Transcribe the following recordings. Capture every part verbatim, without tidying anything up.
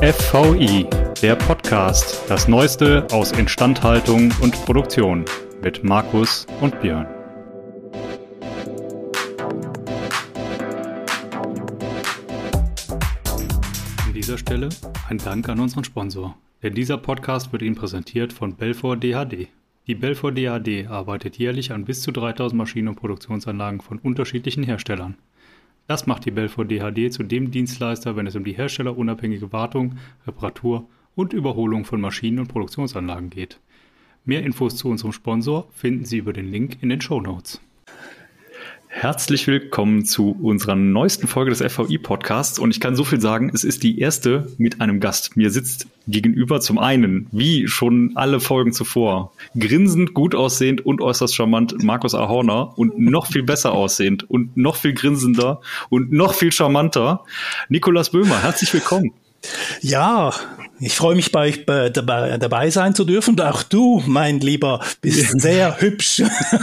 F V I, der Podcast, das Neueste aus Instandhaltung und Produktion mit Markus und Björn. An dieser Stelle ein Dank an unseren Sponsor, denn dieser Podcast wird Ihnen präsentiert von Belfor D H D. Die Belfor D H D arbeitet jährlich an bis zu dreitausend Maschinen und Produktionsanlagen von unterschiedlichen Herstellern. Das macht die Belfor D H D zu dem Dienstleister, wenn es um die herstellerunabhängige Wartung, Reparatur und Überholung von Maschinen und Produktionsanlagen geht. Mehr Infos zu unserem Sponsor finden Sie über den Link in den Shownotes. Herzlich willkommen zu unserer neuesten Folge des F V I-Podcasts und ich kann so viel sagen, es ist die erste mit einem Gast. Mir sitzt gegenüber zum einen, wie schon alle Folgen zuvor, grinsend, gut aussehend und äußerst charmant Markus Ahorner und noch viel besser aussehend und noch viel grinsender und noch viel charmanter Nikolaus Böhmer. Herzlich willkommen. Ja, ich freue mich, bei euch dabei, dabei sein zu dürfen. Und auch du, mein Lieber, bist sehr hübsch.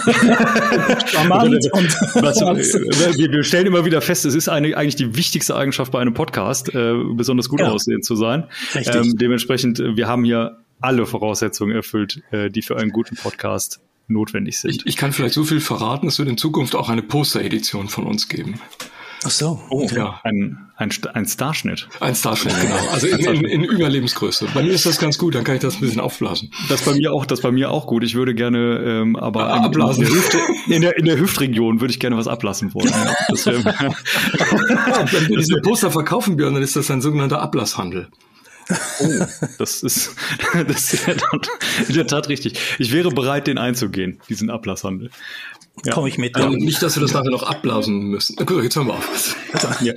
Charmant. Und wir, wir stellen immer wieder fest, es ist eine, eigentlich die wichtigste Eigenschaft bei einem Podcast, äh, besonders gut ja. aussehend zu sein. Ähm, dementsprechend, wir haben hier alle Voraussetzungen erfüllt, äh, die für einen guten Podcast notwendig sind. Ich, ich kann vielleicht so viel verraten, es wird in Zukunft auch eine Poster-Edition von uns geben. Ach so. Oh, ja. Ein, ein, ein Starschnitt. Ein Starschnitt, genau. Also in, in, in Überlebensgröße. Bei mir ist das ganz gut, dann kann ich das ein bisschen aufblasen. Das bei mir auch, das bei mir auch gut. Ich würde gerne, ähm, aber ah, ablassen. In, der Hüfte, in, der, in der Hüftregion würde ich gerne was ablassen wollen. Das wär, ja, wenn wir diese Poster verkaufen, Björn, dann ist das ein sogenannter Ablasshandel. Oh, das ist, das ist in, der Tat, in der Tat richtig. Ich wäre bereit, den einzugehen, diesen Ablasshandel. Ja. Komme ich mit. Ähm, nicht, dass wir das nachher noch abblasen müssen. Gut, jetzt hören wir auf. Ja.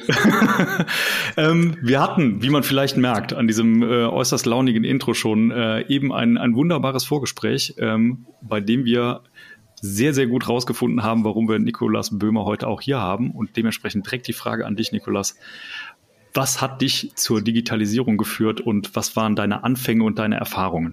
ähm, wir hatten, wie man vielleicht merkt, an diesem äh, äußerst launigen Intro schon äh, eben ein, ein wunderbares Vorgespräch, ähm, bei dem wir sehr, sehr gut rausgefunden haben, warum wir Nikolaus Böhmer heute auch hier haben. Und dementsprechend direkt die Frage an dich, Nikolaus. Was hat dich zur Digitalisierung geführt und was waren deine Anfänge und deine Erfahrungen?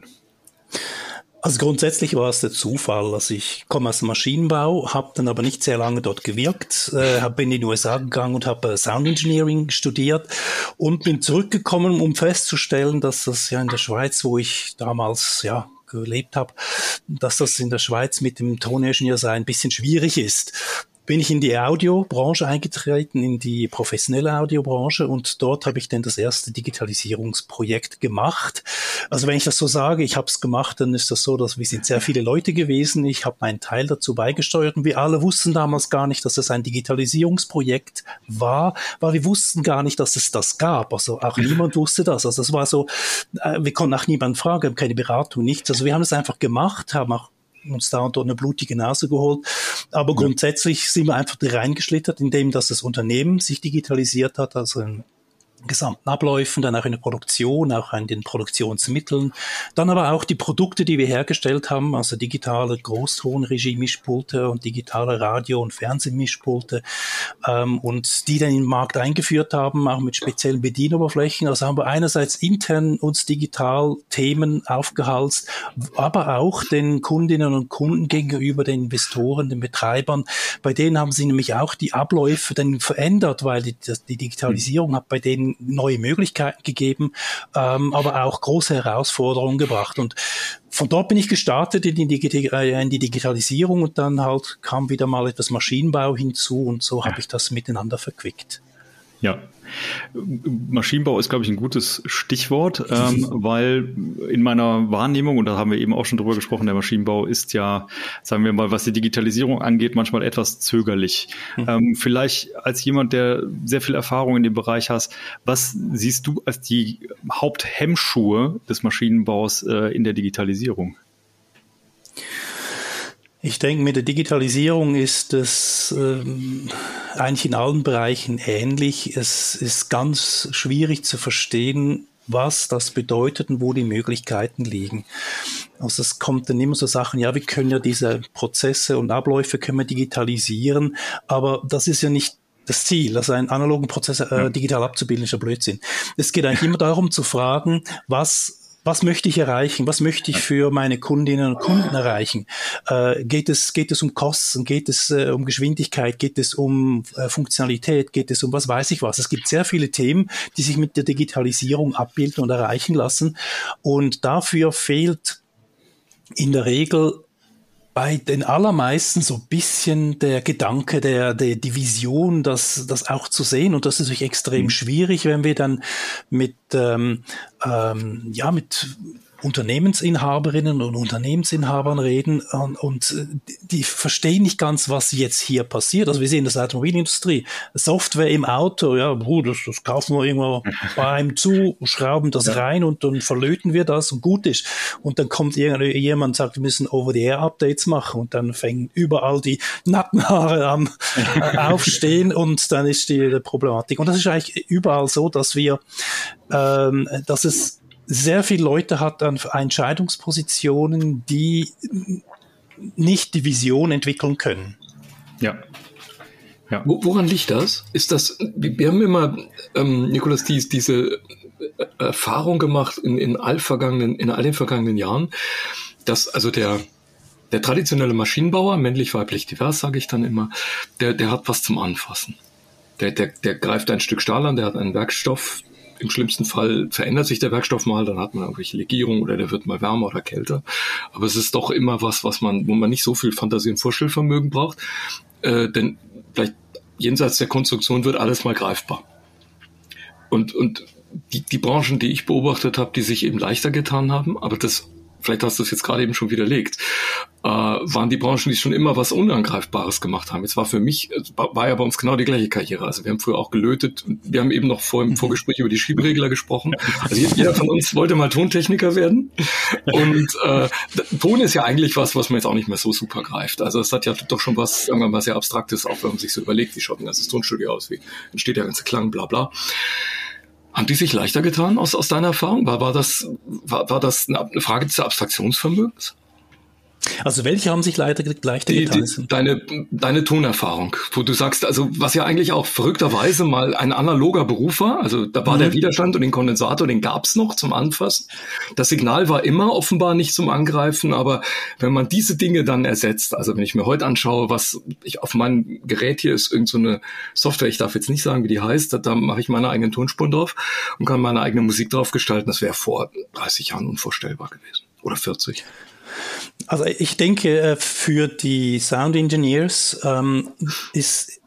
Also grundsätzlich war es der Zufall. Also ich komme aus dem Maschinenbau, habe dann aber nicht sehr lange dort gewirkt, äh, bin in die U S A gegangen und habe Sound Engineering studiert und bin zurückgekommen, um festzustellen, dass das ja in der Schweiz, wo ich damals ja gelebt habe, dass das in der Schweiz mit dem Toningenieursein ein bisschen schwierig ist. Bin ich in die Audiobranche eingetreten, in die professionelle Audiobranche und dort habe ich dann das erste Digitalisierungsprojekt gemacht. Also wenn ich das so sage, ich habe es gemacht, dann ist das so, dass wir sind sehr viele Leute gewesen. Ich habe meinen Teil dazu beigesteuert und wir alle wussten damals gar nicht, dass es ein Digitalisierungsprojekt war, weil wir wussten gar nicht, dass es das gab. Also auch niemand wusste das. Also das war so, wir konnten auch niemanden fragen, haben keine Beratung, nichts. Also wir haben es einfach gemacht, haben auch uns da und dort eine blutige Nase geholt. Aber ja. grundsätzlich sind wir einfach reingeschlittert, indem dass das Unternehmen sich digitalisiert hat, also in gesamten Abläufen, dann auch in der Produktion, auch in den Produktionsmitteln, dann aber auch die Produkte, die wir hergestellt haben, also digitale Großtonregie-Mischpulte und digitale Radio- und Fernsehmischpulte ähm, und die dann in den Markt eingeführt haben, auch mit speziellen Bedienoberflächen. Also haben wir einerseits intern uns digital Themen aufgehalst, aber auch den Kundinnen und Kunden gegenüber, den Investoren, den Betreibern. Bei denen haben sie nämlich auch die Abläufe dann verändert, weil die, die Digitalisierung mhm. hat bei denen neue Möglichkeiten gegeben, ähm, aber auch große Herausforderungen gebracht. Und von dort bin ich gestartet in die, Digi- äh, in die Digitalisierung und dann halt kam wieder mal etwas Maschinenbau hinzu und so habe ich das miteinander verquickt. Ja, Maschinenbau ist, glaube ich, ein gutes Stichwort, ähm, weil in meiner Wahrnehmung, und da haben wir eben auch schon drüber gesprochen, der Maschinenbau ist ja, sagen wir mal, was die Digitalisierung angeht, manchmal etwas zögerlich. Mhm. Ähm, vielleicht als jemand, der sehr viel Erfahrung in dem Bereich hat, was siehst du als die Haupthemmschuhe des Maschinenbaus äh, in der Digitalisierung? Ich denke, mit der Digitalisierung ist es ähm, eigentlich in allen Bereichen ähnlich. Es ist ganz schwierig zu verstehen, was das bedeutet und wo die Möglichkeiten liegen. Also es kommt dann immer so Sachen, ja, wir können ja diese Prozesse und Abläufe können wir digitalisieren, aber das ist ja nicht das Ziel, also einen analogen Prozess äh, digital abzubilden, ist ja Blödsinn. Es geht eigentlich immer darum zu fragen, was was möchte ich erreichen? Was möchte ich für meine Kundinnen und Kunden erreichen? Äh, geht es, geht es um Kosten? Geht es äh, um Geschwindigkeit? Geht es um äh, Funktionalität? Geht es um was weiß ich was? Es gibt sehr viele Themen, die sich mit der Digitalisierung abbilden und erreichen lassen. Und dafür fehlt in der Regel bei den allermeisten so ein bisschen der Gedanke, der, der, die Vision, das, das auch zu sehen. Und das ist natürlich extrem schwierig, wenn wir dann mit, ähm, ähm, ja, mit Unternehmensinhaberinnen und Unternehmensinhabern reden und, und die verstehen nicht ganz, was jetzt hier passiert. Also wir sehen das in der Automobilindustrie. Software im Auto, ja, das, das kaufen wir irgendwo bei einem zu, schrauben das ja. rein und dann verlöten wir das und gut ist. Und dann kommt jemand und sagt, wir müssen Over-the-Air-Updates machen und dann fängen überall die Nackenhaare am äh, Aufstehen und dann ist die, die Problematik. Und das ist eigentlich überall so, dass wir, ähm, dass es sehr viele Leute hat an Entscheidungspositionen, die nicht die Vision entwickeln können. Ja. ja. Woran liegt das? Ist das, wir haben immer, ähm, Nikolaus, dies, diese Erfahrung gemacht in, in all vergangenen, in all den vergangenen Jahren, dass also der, der traditionelle Maschinenbauer, männlich, weiblich, divers, sage ich dann immer, der, der hat was zum Anfassen. Der, der, der greift ein Stück Stahl an, der hat einen Werkstoff. Im schlimmsten Fall verändert sich der Werkstoff mal, dann hat man irgendwelche Legierungen oder der wird mal wärmer oder kälter. Aber es ist doch immer was, was man, wo man nicht so viel Fantasie und Vorstellvermögen braucht. Äh, denn vielleicht jenseits der Konstruktion wird alles mal greifbar. Und, und die, die Branchen, die ich beobachtet habe, die sich eben leichter getan haben, aber das, vielleicht hast du es jetzt gerade eben schon widerlegt, äh, waren die Branchen, die schon immer was Unangreifbares gemacht haben. Jetzt war für mich, war ja bei uns genau die gleiche Karriere. Also wir haben früher auch gelötet und wir haben eben noch vor im Vorgespräch über die Schieberegler gesprochen. Also jeder von uns wollte mal Tontechniker werden. Und äh, Ton ist ja eigentlich was, was man jetzt auch nicht mehr so super greift. Also es hat ja doch schon was, sagen wir mal, sehr Abstraktes, auch wenn man sich so überlegt, wie schaut ein ganzes Tonstudio aus, wie entsteht der ganze Klang, bla bla. Haben die sich leichter getan aus, aus deiner Erfahrung? War, war, das, war, war das eine Frage des Abstraktionsvermögens? Also welche haben sich leider leichter die, getan? Die, deine, deine Tonerfahrung, wo du sagst, also was ja eigentlich auch verrückterweise mal ein analoger Beruf war, also da war mhm. der Widerstand und den Kondensator, den gab's noch zum Anfassen. Das Signal war immer offenbar nicht zum Angreifen, aber wenn man diese Dinge dann ersetzt, also wenn ich mir heute anschaue, was ich auf meinem Gerät hier ist, irgend so eine Software, ich darf jetzt nicht sagen, wie die heißt, da, da mache ich meine eigenen Tonspuren drauf und kann meine eigene Musik drauf gestalten, das wäre vor dreißig Jahren unvorstellbar gewesen oder vierzig. Also ich denke, für die Sound Engineers ähm, ist,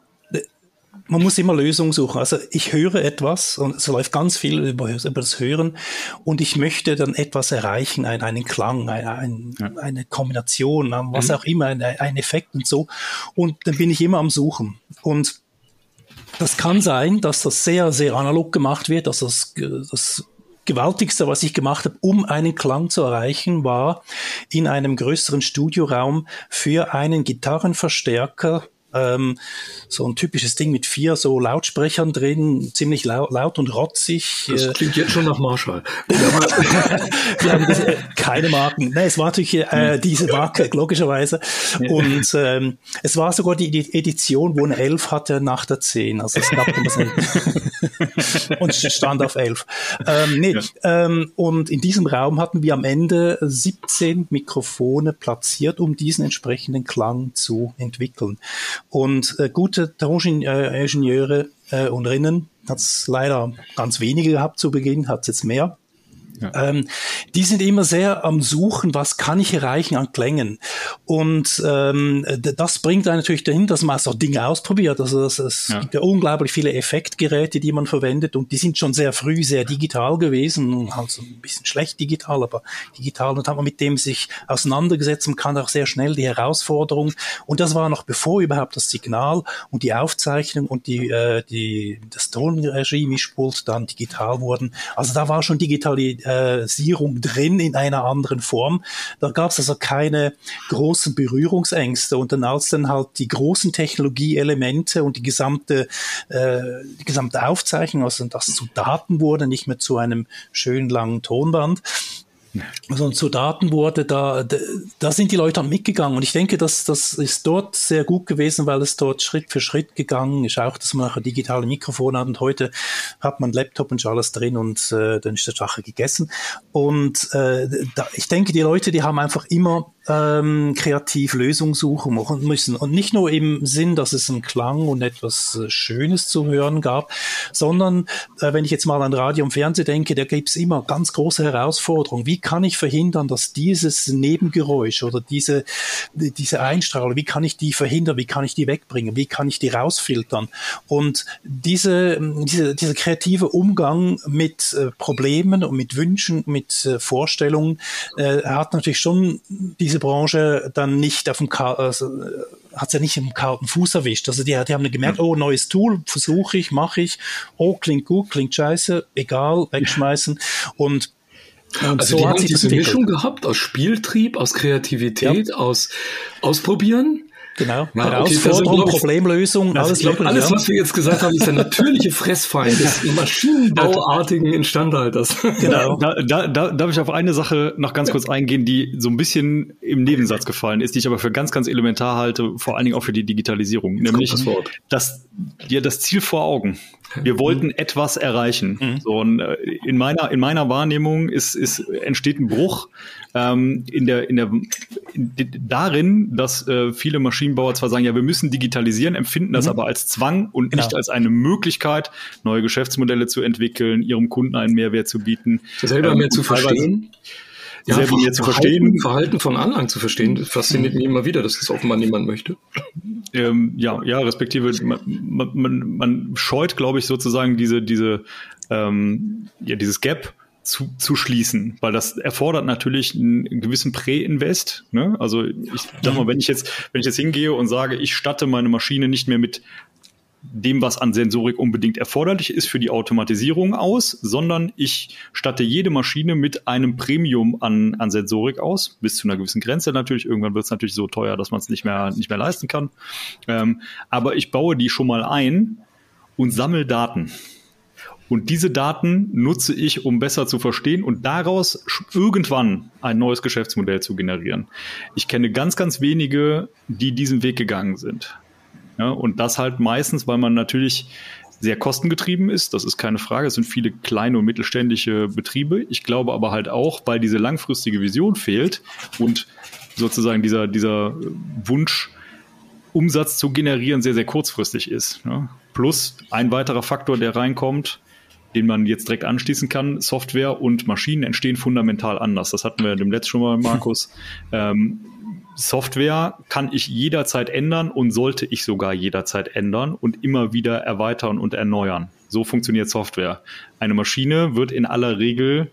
man muss immer Lösungen suchen. Also ich höre etwas und es läuft ganz viel über, über das Hören und ich möchte dann etwas erreichen, einen, einen Klang, ein, ein, ja. eine Kombination, was mhm. auch immer, ein, ein Effekt und so. Und dann bin ich immer am Suchen. Und das kann sein, dass das sehr, sehr analog gemacht wird, dass das, das Gewaltigste, was ich gemacht habe, um einen Klang zu erreichen, war in einem größeren Studioraum für einen Gitarrenverstärker, ähm, so ein typisches Ding mit vier so Lautsprechern drin, ziemlich laut, laut und rotzig. Das klingt jetzt schon nach Marshall. Wir haben das, äh, keine Marken. Nein, es war natürlich äh, diese Marke, logischerweise. Und ähm, es war sogar die, die Edition, wo eine elf hatte nach der zehn. Also es gab immer so und stand auf elf. Ähm, nee, ja. ähm, und in diesem Raum hatten wir am Ende siebzehn Mikrofone platziert, um diesen entsprechenden Klang zu entwickeln. Und äh, gute Toningenieure äh, und Rinnen hat es leider ganz wenige gehabt zu Beginn, hat es jetzt mehr. Ja. Ähm, die sind immer sehr am Suchen, was kann ich erreichen an Klängen. Und ähm, das bringt einen natürlich dahin, dass man so Dinge ausprobiert. Also es, es ja. gibt ja unglaublich viele Effektgeräte, die man verwendet und die sind schon sehr früh sehr digital gewesen, also ein bisschen schlecht digital, aber digital. Und hat man mit dem sich auseinandergesetzt und kann auch sehr schnell die Herausforderung. Und das war noch bevor überhaupt das Signal und die Aufzeichnung und die, äh, die das Tonregie-Mischpult dann digital wurden. Also da war schon Digitalität Sierung drin in einer anderen Form. Da gab es also keine großen Berührungsängste. Und dann als dann halt die großen Technologieelemente und die gesamte, äh, die gesamte Aufzeichnung, also das zu Daten wurde, nicht mehr zu einem schönen langen Tonband, Also und zu Daten wurde, da, da sind die Leute mitgegangen. Und ich denke, dass das ist dort sehr gut gewesen, weil es dort Schritt für Schritt gegangen ist. Auch, dass man nachher digitale Mikrofone hat und heute hat man Laptop und alles drin und äh, dann ist die Sache gegessen. Und äh, da, ich denke, die Leute, die haben einfach immer ähm, kreativ Lösungen suchen müssen. Und nicht nur im Sinn, dass es einen Klang und etwas äh, Schönes zu hören gab, sondern äh, wenn ich jetzt mal an Radio und Fernsehen denke, da gibt es immer ganz große Herausforderungen. Wie kann ich verhindern, dass dieses Nebengeräusch oder diese, diese Einstrahlung, wie kann ich die verhindern, wie kann ich die wegbringen, wie kann ich die rausfiltern? Und diese, diese, dieser kreative Umgang mit äh, Problemen und mit Wünschen, mit äh, Vorstellungen, äh, hat natürlich schon diese Branche dann nicht auf dem Ka- also, hat es ja nicht im kalten Fuß erwischt. Also die, die haben gemerkt, oh, neues Tool, versuche ich, mache ich, oh, klingt gut, klingt scheiße, egal, wegschmeißen. Und Und also so die hat haben sich diese das Mischung gehabt aus Spieltrieb, aus Kreativität, ja. aus Ausprobieren. Genau, ja, Herausforderung, okay, Problemlösung, das alles glaub, mögliche. Alles, ja. was wir jetzt gesagt haben, ist der natürliche Fressfeind des maschinenbauartigen Instandhalters. Genau. Da, da, da darf ich auf eine Sache noch ganz kurz eingehen, die so ein bisschen im Nebensatz gefallen ist, die ich aber für ganz, ganz elementar halte, vor allen Dingen auch für die Digitalisierung. Jetzt nämlich das, Wort. Das, ja, das Ziel vor Augen. Wir wollten mhm. etwas erreichen. Mhm. So, und in meiner, in meiner Wahrnehmung ist, ist, entsteht ein Bruch ähm, in der, in der, in, darin, dass äh, viele Maschinenbauer zwar sagen, ja, wir müssen digitalisieren, empfinden das mhm. aber als Zwang und genau. nicht als eine Möglichkeit, neue Geschäftsmodelle zu entwickeln, ihrem Kunden einen Mehrwert zu bieten. Selber ähm, mehr zu verstehen. Ja, selber mehr zu verstehen. Verhalten von Anlagen zu verstehen, das fasziniert mich immer wieder, dass das offenbar niemand möchte. Ähm, ja, ja, respektive, man, man, man scheut, glaube ich, sozusagen diese, diese, ähm, ja, dieses Gap zu, zu schließen, weil das erfordert natürlich einen gewissen Prä-Invest, ne? Also ich sag mal, wenn ich jetzt, wenn ich jetzt hingehe und sage, ich statte meine Maschine nicht mehr mit dem, was an Sensorik unbedingt erforderlich ist für die Automatisierung aus, sondern ich statte jede Maschine mit einem Premium an, an Sensorik aus, bis zu einer gewissen Grenze natürlich. Irgendwann wird es natürlich so teuer, dass man es nicht mehr, nicht mehr leisten kann. Ähm, aber ich baue die schon mal ein und sammle Daten. Und diese Daten nutze ich, um besser zu verstehen und daraus irgendwann ein neues Geschäftsmodell zu generieren. Ich kenne ganz, ganz wenige, die diesen Weg gegangen sind. Ja, und das halt meistens, weil man natürlich sehr kostengetrieben ist, das ist keine Frage, es sind viele kleine und mittelständische Betriebe. Ich glaube aber halt auch, weil diese langfristige Vision fehlt und sozusagen dieser, dieser Wunsch, Umsatz zu generieren, sehr, sehr kurzfristig ist. Ja. Plus ein weiterer Faktor, der reinkommt, den man jetzt direkt anschließen kann, Software und Maschinen entstehen fundamental anders. Das hatten wir dem letzten schon mal, Markus. ähm, Software kann ich jederzeit ändern und sollte ich sogar jederzeit ändern und immer wieder erweitern und erneuern. So funktioniert Software. Eine Maschine wird in aller Regel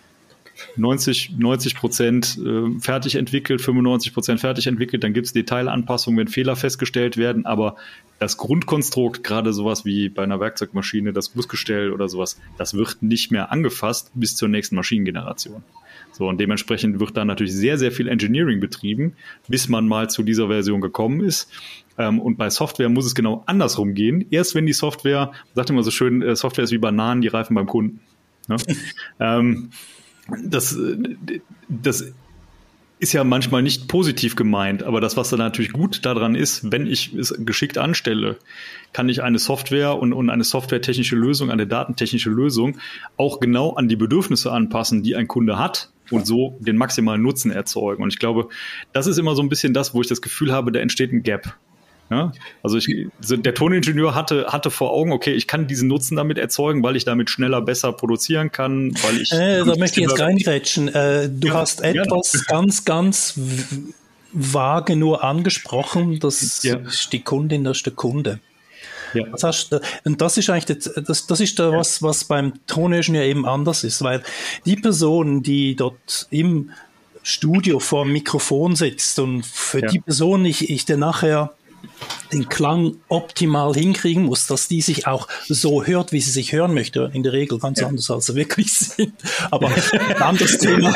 neunzig Prozent fertig entwickelt, fünfundneunzig Prozent fertig entwickelt, dann gibt es Detailanpassungen, wenn Fehler festgestellt werden, aber das Grundkonstrukt, gerade sowas wie bei einer Werkzeugmaschine, das Gussgestell oder sowas, das wird nicht mehr angefasst bis zur nächsten Maschinengeneration. So, und dementsprechend wird da natürlich sehr, sehr viel Engineering betrieben, bis man mal zu dieser Version gekommen ist. Ähm, und bei Software muss es genau andersrum gehen. Erst wenn die Software, sagt immer so schön, äh, Software ist wie Bananen, die reifen beim Kunden. Ne? ähm, das, das ist ja manchmal nicht positiv gemeint, aber das, was da natürlich gut daran ist, wenn ich es geschickt anstelle, kann ich eine Software und, und eine softwaretechnische Lösung, eine datentechnische Lösung auch genau an die Bedürfnisse anpassen, die ein Kunde hat und so den maximalen Nutzen erzeugen. Und ich glaube, das ist immer so ein bisschen das, wo ich das Gefühl habe, da entsteht ein Gap. Ja, also ich, der Toningenieur hatte, hatte vor Augen, okay, ich kann diesen Nutzen damit erzeugen, weil ich damit schneller, besser produzieren kann, weil ich... Äh, da möchte ich jetzt reingrätschen. Äh, du ja, hast etwas ja. ganz, ganz vage nur angesprochen, das ja. ist die Kundin, das ist der Kunde. Ja. Das heißt, und das ist eigentlich das, das, das ist da was, was beim Toningenieur eben anders ist, weil die Person, die dort im Studio vor dem Mikrofon sitzt und für ja. die Person ich, ich dann nachher den Klang optimal hinkriegen muss, dass die sich auch so hört, wie sie sich hören möchte. In der Regel ganz ja. anders, als sie wirklich sind. Aber ein anderes Thema.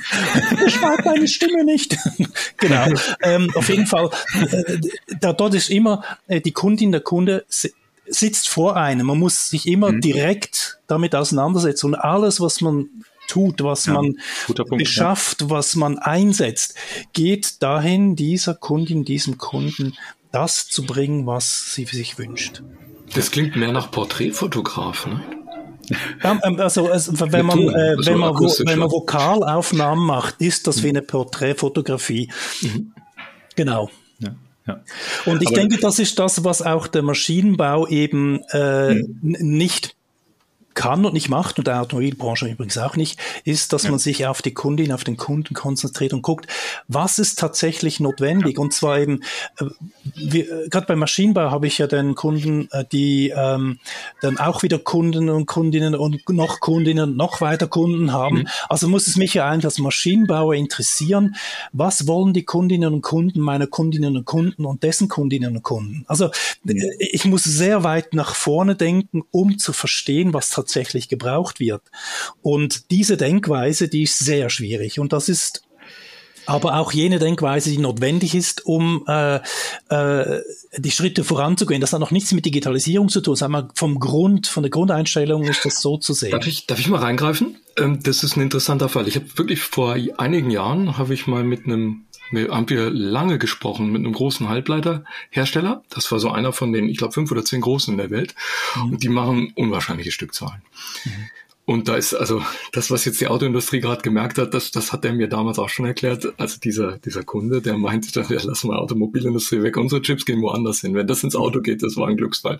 Ich mag meine Stimme nicht. Genau. Ähm, auf jeden Fall, äh, da, dort ist immer äh, die Kundin, der Kunde sitzt vor einem. Man muss sich immer mhm. direkt damit auseinandersetzen. Und alles, was man tut, was ja, man Punkt, beschafft, ja. was man einsetzt, geht dahin, dieser Kundin, diesem Kunden das zu bringen, was sie sich wünscht. Das klingt mehr nach Porträtfotograf, ne? Ja, also, also wenn man äh, wenn man wo, wenn man Vokalaufnahmen macht, ist das wie eine Porträtfotografie. Mhm. Genau. Ja, ja. Und ich Aber denke, das ist das, was auch der Maschinenbau eben äh, mhm. nicht kann und nicht macht, und der Automobilbranche übrigens auch nicht, ist, dass ja. man sich auf die Kundin, auf den Kunden konzentriert und guckt, was ist tatsächlich notwendig. Ja. Und zwar eben, äh, gerade beim Maschinenbau habe ich ja den Kunden, äh, die ähm, dann auch wieder Kunden und Kundinnen und noch Kundinnen, noch weiter Kunden haben. Mhm. Also muss es mich ja eigentlich als Maschinenbauer interessieren, was wollen die Kundinnen und Kunden meiner Kundinnen und Kunden und dessen Kundinnen und Kunden. Also mhm. ich muss sehr weit nach vorne denken, um zu verstehen, was tatsächlich tatsächlich gebraucht wird. Und diese Denkweise, die ist sehr schwierig. Und das ist aber auch jene Denkweise, die notwendig ist, um äh, äh, die Schritte voranzugehen. Das hat noch nichts mit Digitalisierung zu tun. Sagen wir, vom Grund, von der Grundeinstellung ist das so zu sehen. Darf ich, darf ich mal reingreifen? Ähm, das ist ein interessanter Fall. Ich habe wirklich vor einigen Jahren, habe ich mal mit einem Wir haben wir lange gesprochen mit einem großen Halbleiterhersteller. Das war so einer von den, ich glaube, fünf oder zehn großen in der Welt. Mhm. Und die machen unwahrscheinliche Stückzahlen. Mhm. Und da ist also das, was jetzt die Autoindustrie gerade gemerkt hat, das, das hat er mir damals auch schon erklärt. Also dieser dieser Kunde, der meinte dann, ja, lass mal Automobilindustrie weg, unsere Chips gehen woanders hin. Wenn das ins Auto geht, das war ein Glücksfall.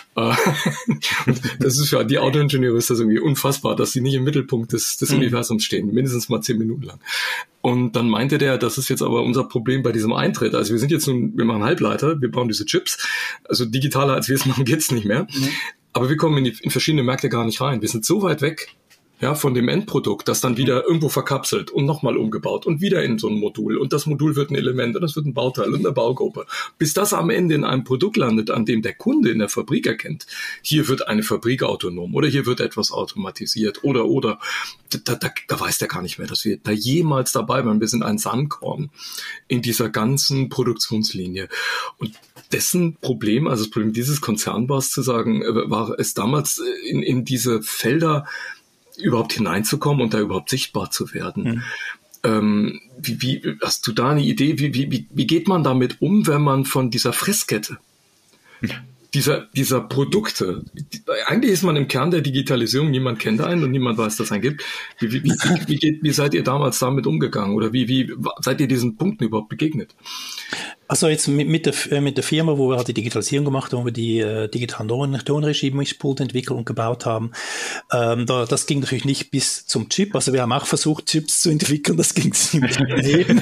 Das ist für die Autoingenieure ist das irgendwie unfassbar, dass sie nicht im Mittelpunkt des, des mhm. Universums stehen, mindestens mal zehn Minuten lang. Und dann meinte der, das ist jetzt aber unser Problem bei diesem Eintritt. Also wir sind jetzt nun, wir machen Halbleiter, wir bauen diese Chips. Also digitaler als wir es machen, geht's nicht mehr. Mhm. Aber wir kommen in, die, in verschiedene Märkte gar nicht rein. Wir sind so weit weg, ja, von dem Endprodukt, das dann wieder irgendwo verkapselt und nochmal umgebaut und wieder in so ein Modul. Und das Modul wird ein Element und das wird ein Bauteil und eine Baugruppe. Bis das am Ende in einem Produkt landet, an dem der Kunde in der Fabrik erkennt, hier wird eine Fabrik autonom oder hier wird etwas automatisiert oder, oder. Da, da, da weiß der gar nicht mehr, dass wir da jemals dabei waren. Wir sind ein Sandkorn in dieser ganzen Produktionslinie. Und dessen Problem, also das Problem dieses Konzern war es zu sagen, war es damals in, in diese Felder überhaupt hineinzukommen und da überhaupt sichtbar zu werden. Mhm. Ähm, wie, wie, hast du da eine Idee, wie, wie, wie geht man damit um, wenn man von dieser Fresskette, mhm. dieser, dieser Produkte, die, eigentlich ist man im Kern der Digitalisierung, niemand kennt einen und niemand weiß, dass es einen gibt. Wie, wie, wie, wie, geht, wie seid ihr damals damit umgegangen oder wie, wie seid ihr diesen Punkten überhaupt begegnet? Also jetzt mit, mit, der, mit der Firma, wo wir halt die Digitalisierung gemacht haben, wo wir die äh, digitalen Tonregie-Mischpulte entwickelt und gebaut haben, ähm, da, das ging natürlich nicht bis zum Chip. Also wir haben auch versucht, Chips zu entwickeln, das ging ziemlich daneben.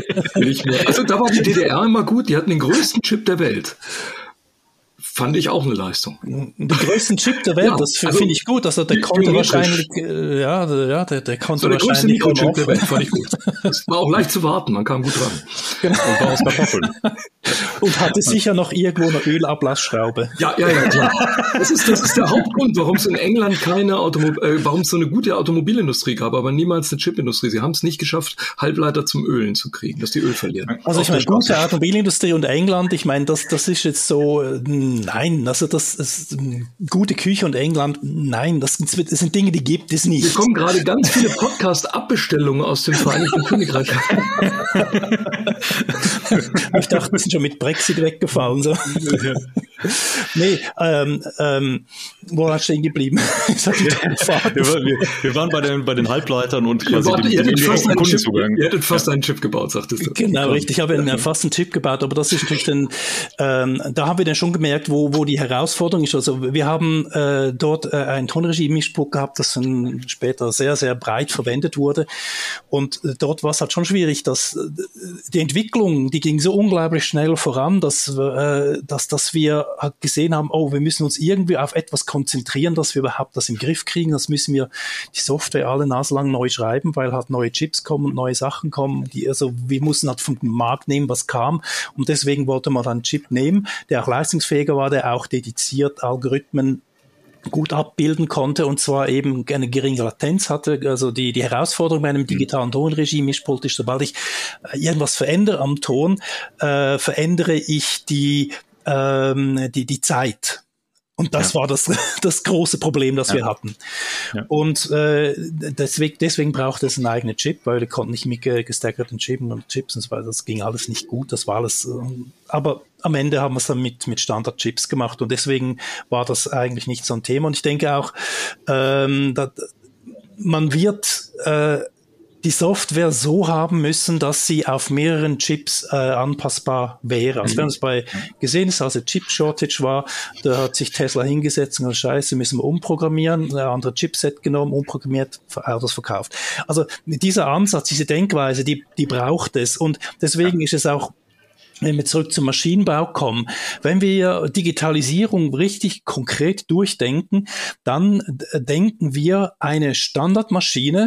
Also da war die D D R immer gut, die hatten den größten Chip der Welt. Fand ich auch eine Leistung. Den größten Chip der Welt, ja, das also finde ich gut. Also der konnte wahrscheinlich, äh, ja, der, ja, der, der konnte so der wahrscheinlich. Der größte Mikrochip der Welt, fand ich gut. Das war auch leicht zu warten, man kam gut ran. Genau. Und war aus Kartoffeln. Und hatte sicher noch irgendwo eine Ölablassschraube. Ja, ja, ja, klar. Das ist, das ist der Hauptgrund, warum es in England keine Automobil, äh, warum es so eine gute Automobilindustrie gab, aber niemals eine Chipindustrie. Sie haben es nicht geschafft, Halbleiter zum Ölen zu kriegen, dass die Öl verlieren. Also ich meine, gute Automobilindustrie und England, ich meine, das, das ist jetzt so, äh, nein, also das ist gute Küche und England, nein, das, das sind Dinge, die gibt es nicht. Wir kommen gerade ganz viele Podcast-Abbestellungen aus dem Vereinigten Königreich. Ich dachte, wir sind schon mit Brexit weggefallen. So. Nee, ähm, ähm, wo war ich stehen geblieben? wir, wir, wir waren bei den, bei den Halbleitern und quasi ja, dem, dem Kundenzugang. Ihr hättet fast einen Chip gebaut, sagtest du. Genau, richtig. Ich habe einen, fast einen Chip gebaut, aber das ist natürlich dann, ähm, da haben wir dann schon gemerkt, wo, wo die Herausforderung ist. Also wir haben äh, dort äh, ein Tonregie-Mischpult gehabt, das dann später sehr, sehr breit verwendet wurde. Und äh, dort war es halt schon schwierig, dass äh, die Entwicklung, die ging so unglaublich schnell voran, dass, äh, dass, dass wir halt gesehen haben, oh, wir müssen uns irgendwie auf etwas konzentrieren, dass wir überhaupt das im Griff kriegen. Das müssen wir die Software alle Nase lang neu schreiben, weil halt neue Chips kommen und neue Sachen kommen. Die, also wir mussten halt vom Markt nehmen, was kam. Und deswegen wollte man dann einen Chip nehmen, der auch leistungsfähiger war, der auch dediziert Algorithmen gut abbilden konnte und zwar eben eine geringe Latenz hatte. Also die, die Herausforderung bei einem digitalen Tonregie-Mischpult ist, sobald ich irgendwas verändere am Ton, äh, verändere ich die, ähm, die, die Zeit. Und das ja. war das, das große Problem, das ja. wir hatten. Ja. Und äh, deswegen, deswegen brauchte es einen eigenen Chip, weil wir konnten nicht mit gestaggerten Chips und Chips und so weiter. Das ging alles nicht gut. Das war alles. Äh, aber am Ende haben wir es dann mit, mit Standard-Chips gemacht. Und deswegen war das eigentlich nicht so ein Thema. Und ich denke auch, ähm, dass man wird äh, die Software so haben müssen, dass sie auf mehreren Chips äh, anpassbar wäre. Also wir haben es bei gesehen, dass also Chip-Shortage war, da hat sich Tesla hingesetzt und gesagt, scheiße, müssen wir umprogrammieren, ein anderes Chipset genommen, umprogrammiert, Autos verkauft. Also dieser Ansatz, diese Denkweise, die, die braucht es. Und deswegen ist es auch, wenn wir zurück zum Maschinenbau kommen, wenn wir Digitalisierung richtig konkret durchdenken, dann denken wir eine Standardmaschine,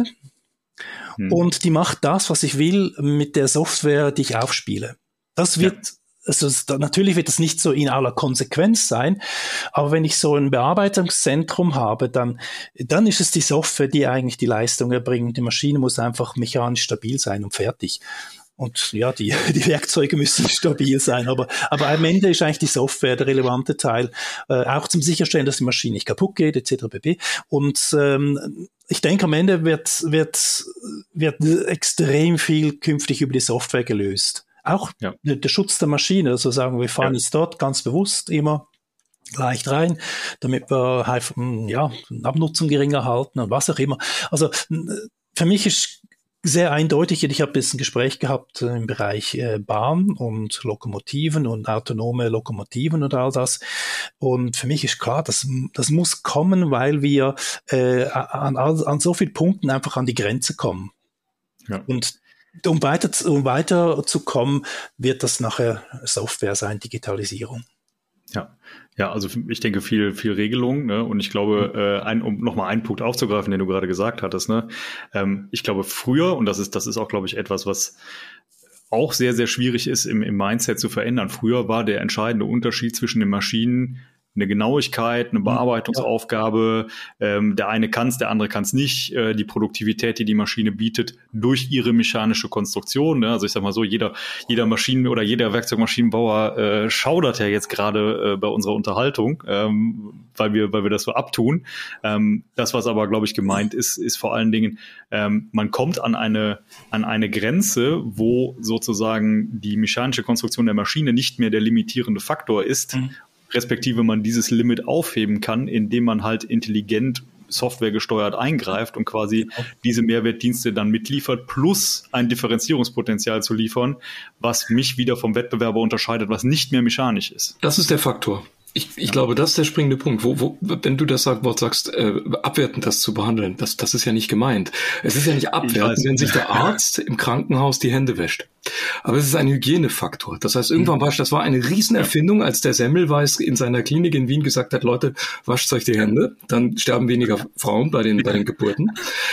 und die macht das, was ich will, mit der Software, die ich aufspiele. Das wird, ja. also natürlich wird das nicht so in aller Konsequenz sein, aber wenn ich so ein Bearbeitungszentrum habe, dann, dann ist es die Software, die eigentlich die Leistung erbringt. Die Maschine muss einfach mechanisch stabil sein und fertig. Und ja, die, die Werkzeuge müssen stabil sein, aber, aber am Ende ist eigentlich die Software der relevante Teil, äh, auch zum Sicherstellen, dass die Maschine nicht kaputt geht, et cetera pp. Und ähm, ich denke, am Ende wird, wird, wird extrem viel künftig über die Software gelöst. Auch ja. der, der Schutz der Maschine, also sagen wir fahren ja. jetzt dort ganz bewusst immer leicht rein, damit wir ja, Abnutzung geringer halten und was auch immer. Also für mich ist sehr eindeutig, ich habe jetzt ein Gespräch gehabt im Bereich äh, Bahn und Lokomotiven und autonome Lokomotiven und all das. Und für mich ist klar, das, das muss kommen, weil wir äh, an, an so vielen Punkten einfach an die Grenze kommen. Ja. Und um weiter, um weiter zu kommen, wird das nachher Software sein, Digitalisierung. Ja, ja, also ich denke viel, viel Regelung, ne? Und ich glaube, äh, ein, um nochmal einen Punkt aufzugreifen, den du gerade gesagt hattest, ne? Ähm, ich glaube früher, und das ist, das ist auch, glaube ich, etwas, was auch sehr, sehr schwierig ist, im, im Mindset zu verändern. Früher war der entscheidende Unterschied zwischen den Maschinen eine Genauigkeit, eine Bearbeitungsaufgabe. Ja. Ähm, der eine kann es, der andere kann es nicht. Äh, die Produktivität, die die Maschine bietet, durch ihre mechanische Konstruktion. Ne? Also ich sag mal so, jeder jeder Maschinen- oder jeder Werkzeugmaschinenbauer äh, schaudert ja jetzt gerade äh, bei unserer Unterhaltung, ähm, weil wir weil wir das so abtun. Ähm, das, was aber, glaube ich, gemeint ist, ist vor allen Dingen, ähm, man kommt an eine an eine Grenze, wo sozusagen die mechanische Konstruktion der Maschine nicht mehr der limitierende Faktor ist. Mhm. Respektive man dieses Limit aufheben kann, indem man halt intelligent softwaregesteuert eingreift und quasi diese Mehrwertdienste dann mitliefert, plus ein Differenzierungspotenzial zu liefern, was mich wieder vom Wettbewerber unterscheidet, was nicht mehr mechanisch ist. Das ist der Faktor. Ich, ich ja. glaube, das ist der springende Punkt. Wo, wo, wenn du das Wort sagst, äh, abwertend das zu behandeln, das, das ist ja nicht gemeint. Es ist ja nicht abwertend, wenn sich der Arzt im Krankenhaus die Hände wäscht. Aber es ist ein Hygienefaktor. Das heißt, irgendwann war das war eine Riesenerfindung, als der Semmelweis in seiner Klinik in Wien gesagt hat, Leute, wascht euch die Hände, dann sterben weniger Frauen bei den, bei den Geburten.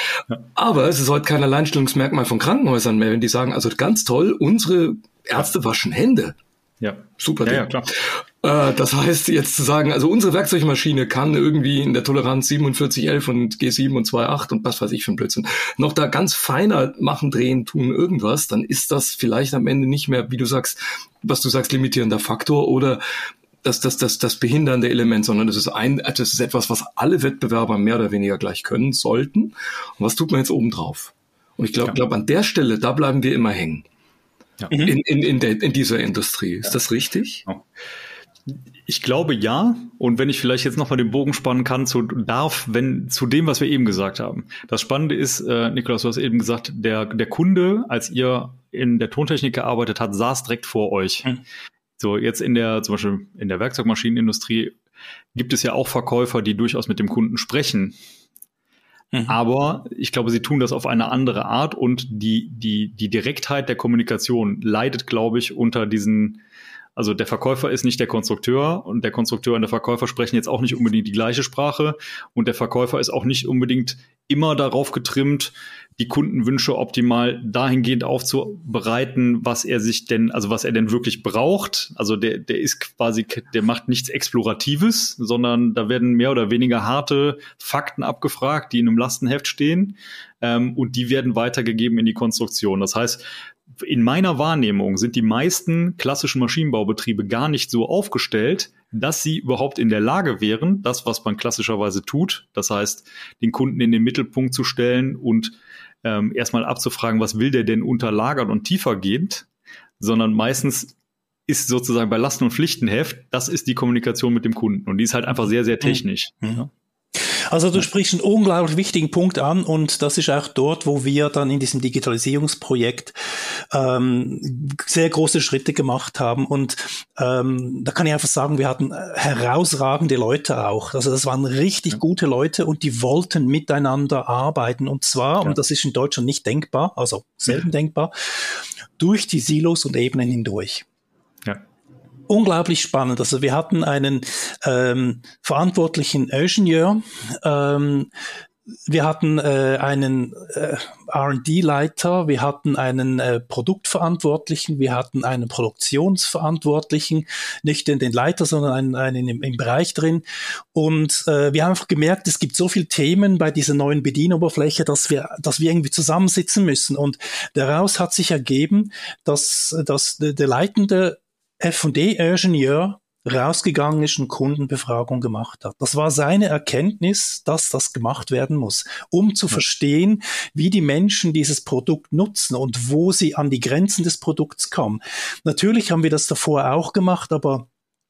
Aber es ist heute kein Alleinstellungsmerkmal von Krankenhäusern mehr, wenn die sagen, also ganz toll, unsere Ärzte waschen Hände. Ja. Super. Ja, ja, klar. Äh, das heißt, jetzt zu sagen, also unsere Werkzeugmaschine kann irgendwie in der Toleranz siebenundvierzig elf und G sieben und zwei Komma acht und was weiß ich für ein Blödsinn noch da ganz feiner machen, drehen, tun, irgendwas, dann ist das vielleicht am Ende nicht mehr, wie du sagst, was du sagst, limitierender Faktor oder das, das, das, das behindernde Element, sondern das ist ein, das ist etwas, was alle Wettbewerber mehr oder weniger gleich können sollten. Und was tut man jetzt oben drauf? Und ich glaube, ja. glaube an der Stelle, da bleiben wir immer hängen. Ja. In, in, in, der, in dieser Industrie. Ist ja. das richtig? Ja. Ich glaube ja. Und wenn ich vielleicht jetzt nochmal den Bogen spannen kann zu darf, wenn zu dem, was wir eben gesagt haben. Das Spannende ist, äh, Nikolaus, du hast eben gesagt, der, der Kunde, als ihr in der Tontechnik gearbeitet habt, saß direkt vor euch. Mhm. So, jetzt in der, zum Beispiel in der Werkzeugmaschinenindustrie gibt es ja auch Verkäufer, die durchaus mit dem Kunden sprechen. Mhm. Aber ich glaube, sie tun das auf eine andere Art und die, die, die Direktheit der Kommunikation leidet, glaube ich, unter diesen, also der Verkäufer ist nicht der Konstrukteur und der Konstrukteur und der Verkäufer sprechen jetzt auch nicht unbedingt die gleiche Sprache und der Verkäufer ist auch nicht unbedingt immer darauf getrimmt, die Kundenwünsche optimal dahingehend aufzubereiten, was er sich denn, also was er denn wirklich braucht. Also der, der ist quasi, der macht nichts Exploratives, sondern da werden mehr oder weniger harte Fakten abgefragt, die in einem Lastenheft stehen, ähm, und die werden weitergegeben in die Konstruktion. Das heißt, in meiner Wahrnehmung sind die meisten klassischen Maschinenbaubetriebe gar nicht so aufgestellt, dass sie überhaupt in der Lage wären, das, was man klassischerweise tut, das heißt, den Kunden in den Mittelpunkt zu stellen und ähm, erstmal abzufragen, was will der denn unterlagern und tiefergehend, sondern meistens ist sozusagen bei Lasten- und Pflichtenheft, das ist die Kommunikation mit dem Kunden und die ist halt einfach sehr, sehr technisch. Mhm. Ja. Also du sprichst einen unglaublich wichtigen Punkt an und das ist auch dort, wo wir dann in diesem Digitalisierungsprojekt ähm, sehr große Schritte gemacht haben und ähm, da kann ich einfach sagen, wir hatten herausragende Leute auch. Also das waren richtig ja. gute Leute und die wollten miteinander arbeiten und zwar, ja. und das ist in Deutschland nicht denkbar, also selten ja. denkbar, durch die Silos und Ebenen hindurch. Ja. Unglaublich spannend. Also wir hatten einen ähm, verantwortlichen Ingenieur, ähm, wir hatten äh, einen äh, R und D-Leiter, wir hatten einen äh, Produktverantwortlichen, wir hatten einen Produktionsverantwortlichen, nicht den, den Leiter, sondern einen, einen im, im Bereich drin. Und äh, wir haben einfach gemerkt, es gibt so viele Themen bei dieser neuen Bedienoberfläche, dass wir, dass wir irgendwie zusammensitzen müssen. Und daraus hat sich ergeben, dass, dass der leitende F und D-Ingenieur rausgegangen ist und Kundenbefragung gemacht hat. Das war seine Erkenntnis, dass das gemacht werden muss, um zu ja. verstehen, wie die Menschen dieses Produkt nutzen und wo sie an die Grenzen des Produkts kommen. Natürlich haben wir das davor auch gemacht, aber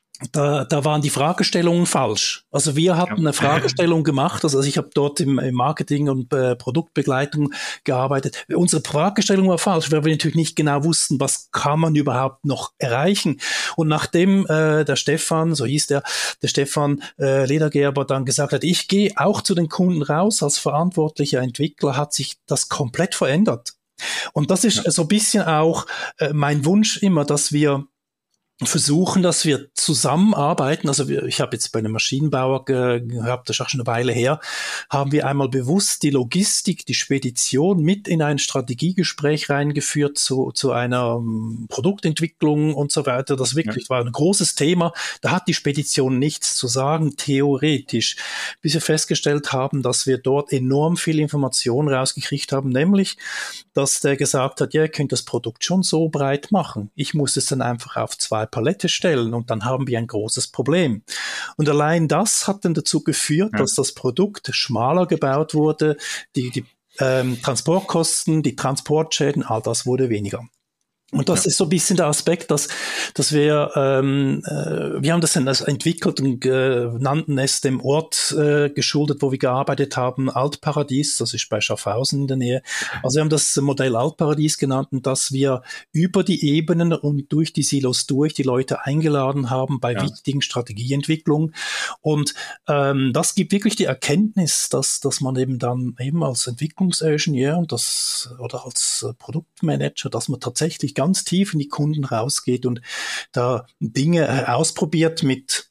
Da, da waren die Fragestellungen falsch. Also wir hatten eine Fragestellung gemacht, also ich habe dort im, im Marketing und äh, Produktbegleitung gearbeitet. Unsere Fragestellung war falsch, weil wir natürlich nicht genau wussten, was kann man überhaupt noch erreichen. Und nachdem äh, der Stefan, so hieß der, der Stefan äh, Ledergerber dann gesagt hat, ich gehe auch zu den Kunden raus als verantwortlicher Entwickler, hat sich das komplett verändert. Und das ist ja. so ein bisschen auch äh, mein Wunsch immer, dass wir versuchen, dass wir zusammenarbeiten. Also wir, ich habe jetzt bei einem Maschinenbauer gehabt, das ist auch schon eine Weile her, haben wir einmal bewusst die Logistik, die Spedition mit in ein Strategiegespräch reingeführt zu, zu einer um, Produktentwicklung und so weiter. Das wirklich ja. war ein großes Thema. Da hat die Spedition nichts zu sagen, theoretisch, bis wir festgestellt haben, dass wir dort enorm viel Information rausgekriegt haben, nämlich, dass der gesagt hat, ja, ihr könnt das Produkt schon so breit machen. Ich muss es dann einfach auf zwei Palette stellen und dann haben wir ein großes Problem. Und allein das hat dann dazu geführt, ja. dass das Produkt schmaler gebaut wurde, die, die ähm, Transportkosten, die Transportschäden, all das wurde weniger. Und das ja. ist so ein bisschen der Aspekt, dass, dass wir, ähm, äh, wir haben das dann entwickelt und äh, nannten es dem Ort äh, geschuldet, wo wir gearbeitet haben, Altparadies, das ist bei Schaffhausen in der Nähe. Also wir haben das Modell Altparadies genannt, dass wir über die Ebenen und durch die Silos durch die Leute eingeladen haben bei ja. wichtigen Strategieentwicklungen. Und ähm, das gibt wirklich die Erkenntnis, dass, dass man eben dann eben als Entwicklungsingenieur und das oder als Produktmanager, dass man tatsächlich ganz tief in die Kunden rausgeht und da Dinge ausprobiert mit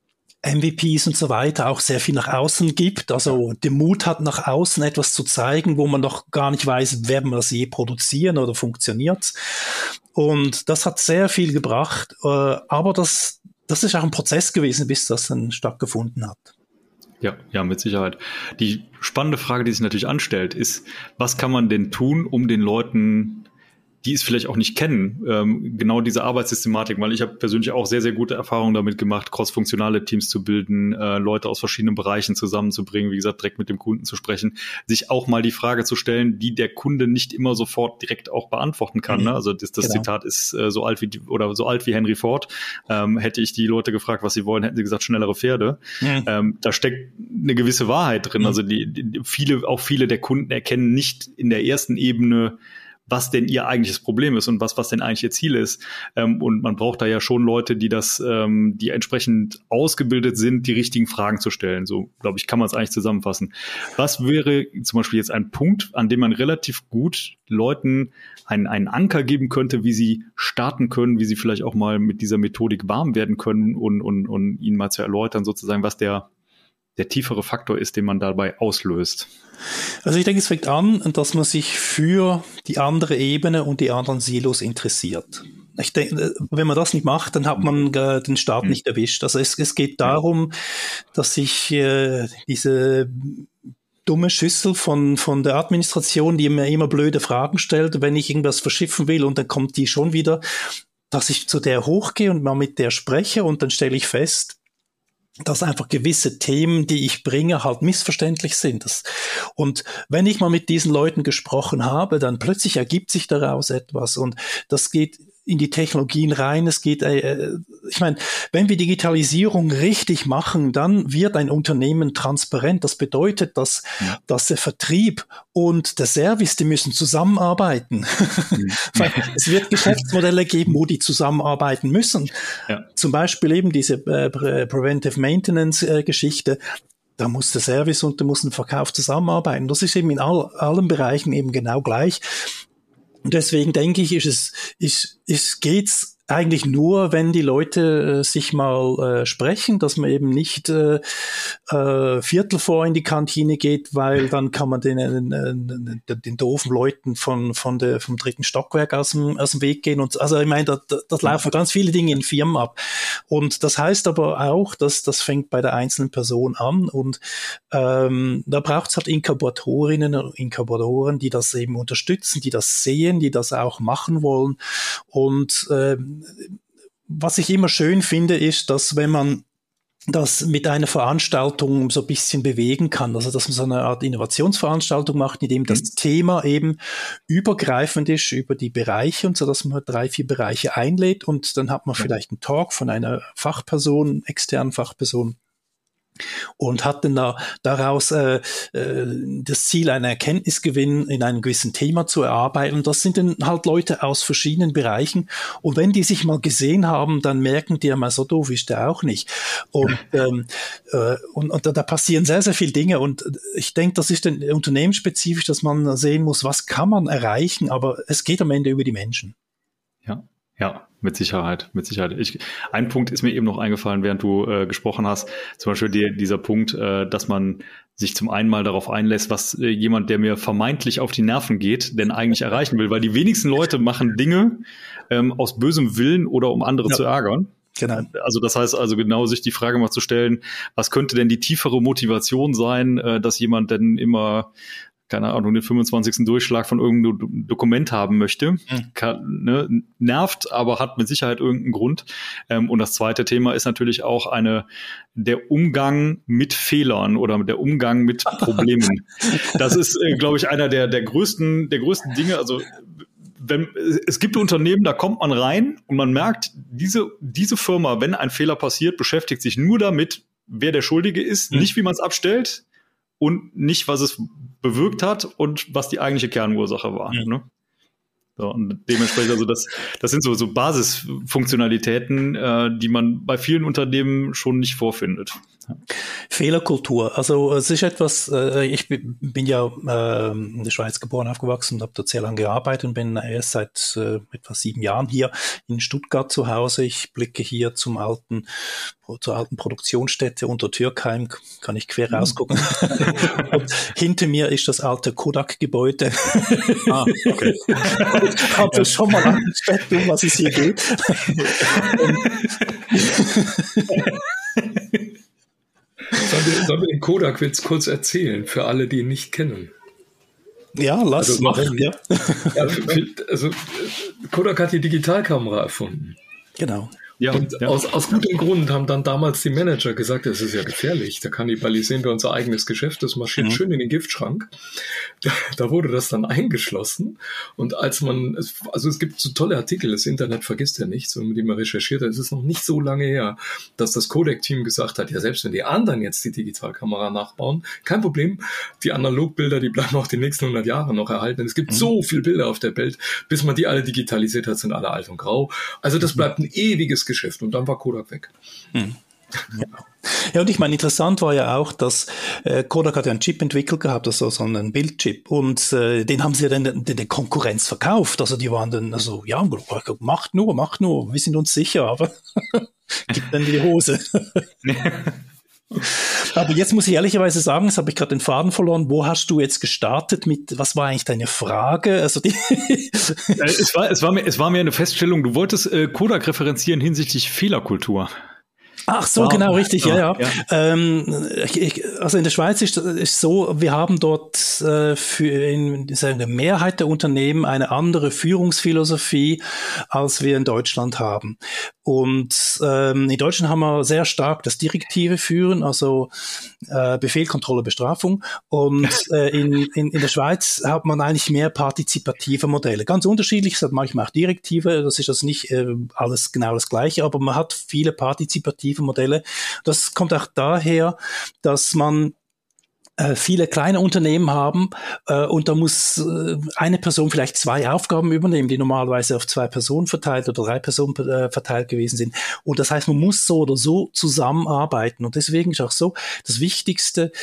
M V Ps und so weiter, auch sehr viel nach außen gibt, also den Mut hat, nach außen etwas zu zeigen, wo man noch gar nicht weiß, werden wir das je produzieren oder funktioniert. Und das hat sehr viel gebracht, aber das, das ist auch ein Prozess gewesen, bis das dann stattgefunden hat. Ja, ja, mit Sicherheit. Die spannende Frage, die sich natürlich anstellt, ist, was kann man denn tun, um den Leuten, die es vielleicht auch nicht kennen, ähm, genau diese Arbeitssystematik, weil ich habe persönlich auch sehr, sehr gute Erfahrungen damit gemacht, cross-funktionale Teams zu bilden, äh, Leute aus verschiedenen Bereichen zusammenzubringen, wie gesagt, direkt mit dem Kunden zu sprechen, sich auch mal die Frage zu stellen, die der Kunde nicht immer sofort direkt auch beantworten kann. Mhm. Ne? Also das, das genau. Zitat ist äh, so alt wie die, oder so alt wie Henry Ford. Ähm, hätte ich die Leute gefragt, was sie wollen, hätten sie gesagt, schnellere Pferde. Mhm. Ähm, da steckt eine gewisse Wahrheit drin. Mhm. Also die, die viele, auch viele der Kunden erkennen nicht in der ersten Ebene, was denn ihr eigentliches Problem ist und was was denn eigentlich ihr Ziel ist. Ähm, und man braucht da ja schon Leute, die das, ähm, die entsprechend ausgebildet sind, die richtigen Fragen zu stellen. So, glaube ich, kann man es eigentlich zusammenfassen. Was wäre zum Beispiel jetzt ein Punkt, an dem man relativ gut Leuten einen, einen Anker geben könnte, wie sie starten können, wie sie vielleicht auch mal mit dieser Methodik warm werden können und, und, und ihnen mal zu erläutern, sozusagen, was der der tiefere Faktor ist, den man dabei auslöst? Also ich denke, es fängt an, dass man sich für die andere Ebene und die anderen Silos interessiert. Ich denke, wenn man das nicht macht, dann hat man äh, den Start mhm. nicht erwischt. Also es, es geht darum, dass ich äh, diese dumme Schüssel von von der Administration, die mir immer blöde Fragen stellt, wenn ich irgendwas verschiffen will und dann kommt die schon wieder, dass ich zu der hochgehe und mal mit der spreche und dann stelle ich fest, dass einfach gewisse Themen, die ich bringe, halt missverständlich sind. Das, und wenn ich mal mit diesen Leuten gesprochen habe, dann plötzlich ergibt sich daraus etwas und das geht in die Technologien rein. Es geht, äh, ich meine, wenn wir Digitalisierung richtig machen, dann wird ein Unternehmen transparent. Das bedeutet, dass, ja. dass der Vertrieb und der Service, die müssen zusammenarbeiten. Mhm. Es wird Geschäftsmodelle geben, wo die zusammenarbeiten müssen. Ja. Zum Beispiel eben diese äh, Preventive Maintenance äh, Geschichte. Da muss der Service und da muss ein Verkauf zusammenarbeiten. Das ist eben in all, allen Bereichen eben genau gleich. Und deswegen denke ich, ist es, ist, ist, geht's eigentlich nur, wenn die Leute äh, sich mal äh, sprechen, dass man eben nicht äh, äh, Viertel vor in die Kantine geht, weil dann kann man den, den, den, den doofen Leuten von, von der, vom dritten Stockwerk aus dem, aus dem Weg gehen. Und, also ich meine, da, da, da laufen ganz viele Dinge in Firmen ab. Und das heißt aber auch, dass das fängt bei der einzelnen Person an und ähm, da braucht es halt Inkubatorinnen und Inkubatoren, die das eben unterstützen, die das sehen, die das auch machen wollen. Und ähm, was ich immer schön finde, ist, dass wenn man das mit einer Veranstaltung so ein bisschen bewegen kann, also dass man so eine Art Innovationsveranstaltung macht, in dem das mhm. Thema eben übergreifend ist über die Bereiche und so, dass man drei, vier Bereiche einlädt und dann hat man ja. vielleicht einen Talk von einer Fachperson, externen Fachperson, und hat dann da, daraus äh, äh, das Ziel, einen Erkenntnisgewinn in einem gewissen Thema zu erarbeiten. Und das sind dann halt Leute aus verschiedenen Bereichen. Und wenn die sich mal gesehen haben, dann merken die ja mal, so doof ist der auch nicht. Und, ähm, äh, und, und da, da passieren sehr, sehr viele Dinge. Und ich denke, das ist dann unternehmensspezifisch, dass man sehen muss, was kann man erreichen, aber es geht am Ende über die Menschen. Ja. Ja, mit Sicherheit, mit Sicherheit. Ich, ein Punkt ist mir eben noch eingefallen, während du äh, gesprochen hast, zum Beispiel die, dieser Punkt, äh, dass man sich zum einen mal darauf einlässt, was äh, jemand, der mir vermeintlich auf die Nerven geht, denn eigentlich erreichen will, weil die wenigsten Leute machen Dinge ähm, aus bösem Willen oder um andere ja. zu ärgern. Genau. Also das heißt also genau, sich die Frage mal zu stellen, was könnte denn die tiefere Motivation sein, äh, dass jemand denn immer keine Ahnung, den fünfundzwanzigsten Durchschlag von irgendeinem Dokument haben möchte. Mhm. Kann, ne, nervt, aber hat mit Sicherheit irgendeinen Grund. Ähm, und das zweite Thema ist natürlich auch eine, der Umgang mit Fehlern oder der Umgang mit Problemen. Das ist, äh, glaube ich, einer der, der größten, der größten Dinge. Also, wenn, es gibt Unternehmen, da kommt man rein und man merkt, diese, diese Firma, wenn ein Fehler passiert, beschäftigt sich nur damit, wer der Schuldige ist, mhm. nicht wie man es abstellt und nicht, was es bewirkt hat und was die eigentliche Kernursache war. Ja. Ne? So, und dementsprechend, also das, das sind so, so Basisfunktionalitäten, äh, die man bei vielen Unternehmen schon nicht vorfindet. Fehlerkultur. Also es ist etwas, äh, ich bin, bin ja äh, in der Schweiz geboren, aufgewachsen und habe dort sehr lange gearbeitet und bin erst seit äh, etwa sieben Jahren hier in Stuttgart zu Hause. Ich blicke hier zum alten, zur alten Produktionsstätte unter Türkheim, kann ich quer rausgucken. Und hinter mir ist das alte Kodak-Gebäude. Ah, okay. Ich habe ja. schon mal angestellt, um was es hier geht. Sollen wir, sollen wir den Kodak-Witz kurz erzählen, für alle, die ihn nicht kennen? Ja, lass also, machen, ja. ja für, für, also, Kodak hat die Digitalkamera erfunden. Genau. Ja, und ja. Aus, aus gutem Grund haben dann damals die Manager gesagt, das ist ja gefährlich, da kannibalisieren wir unser eigenes Geschäft, das marschiert mhm. schön in den Giftschrank. Da, da wurde das dann eingeschlossen und als man, also es gibt so tolle Artikel, das Internet vergisst ja nichts, und mit dem man recherchiert hat, es ist noch nicht so lange her, dass das Kodak-Team gesagt hat, ja selbst wenn die anderen jetzt die Digitalkamera nachbauen, kein Problem, die Analogbilder, die bleiben auch die nächsten hundert Jahre noch erhalten. Es gibt mhm. so viele Bilder auf der Welt, bis man die alle digitalisiert hat, sind alle alt und grau. Also das bleibt ein ewiges Geschäft und dann war Kodak weg. Hm. Ja. ja, und ich meine, interessant war ja auch, dass äh, Kodak hat ja einen Chip entwickelt gehabt, also so einen Bildchip, und äh, den haben sie ja dann der, der Konkurrenz verkauft. Also die waren dann, also ja, macht nur, macht nur, wir sind uns sicher, aber gibt dann die Hose. Aber jetzt muss ich ehrlicherweise sagen, das habe ich gerade den Faden verloren. Wo hast du jetzt gestartet mit, was war eigentlich deine Frage? Also die es war, es war mir, es war mir eine Feststellung. Du wolltest äh, Kodak referenzieren hinsichtlich Fehlerkultur. Ach so, wow. genau, richtig, ja, ja. ja. Ähm, ich, also in der Schweiz ist es so, wir haben dort äh, für in der Mehrheit der Unternehmen eine andere Führungsphilosophie, als wir in Deutschland haben. Und ähm, in Deutschland haben wir sehr stark das direktive Führen, also äh, Befehl, Kontrolle, Bestrafung. Und äh, in, in, in der Schweiz hat man eigentlich mehr partizipative Modelle. Ganz unterschiedlich, es hat manchmal auch direktive, das ist also nicht äh, alles genau das Gleiche, aber man hat viele partizipative Modelle. Das kommt auch daher, dass man äh, viele kleine Unternehmen haben äh, und da muss äh, eine Person vielleicht zwei Aufgaben übernehmen, die normalerweise auf zwei Personen verteilt oder drei Personen äh, verteilt gewesen sind. Und das heißt, man muss so oder so zusammenarbeiten. Und deswegen ist auch so das Wichtigste,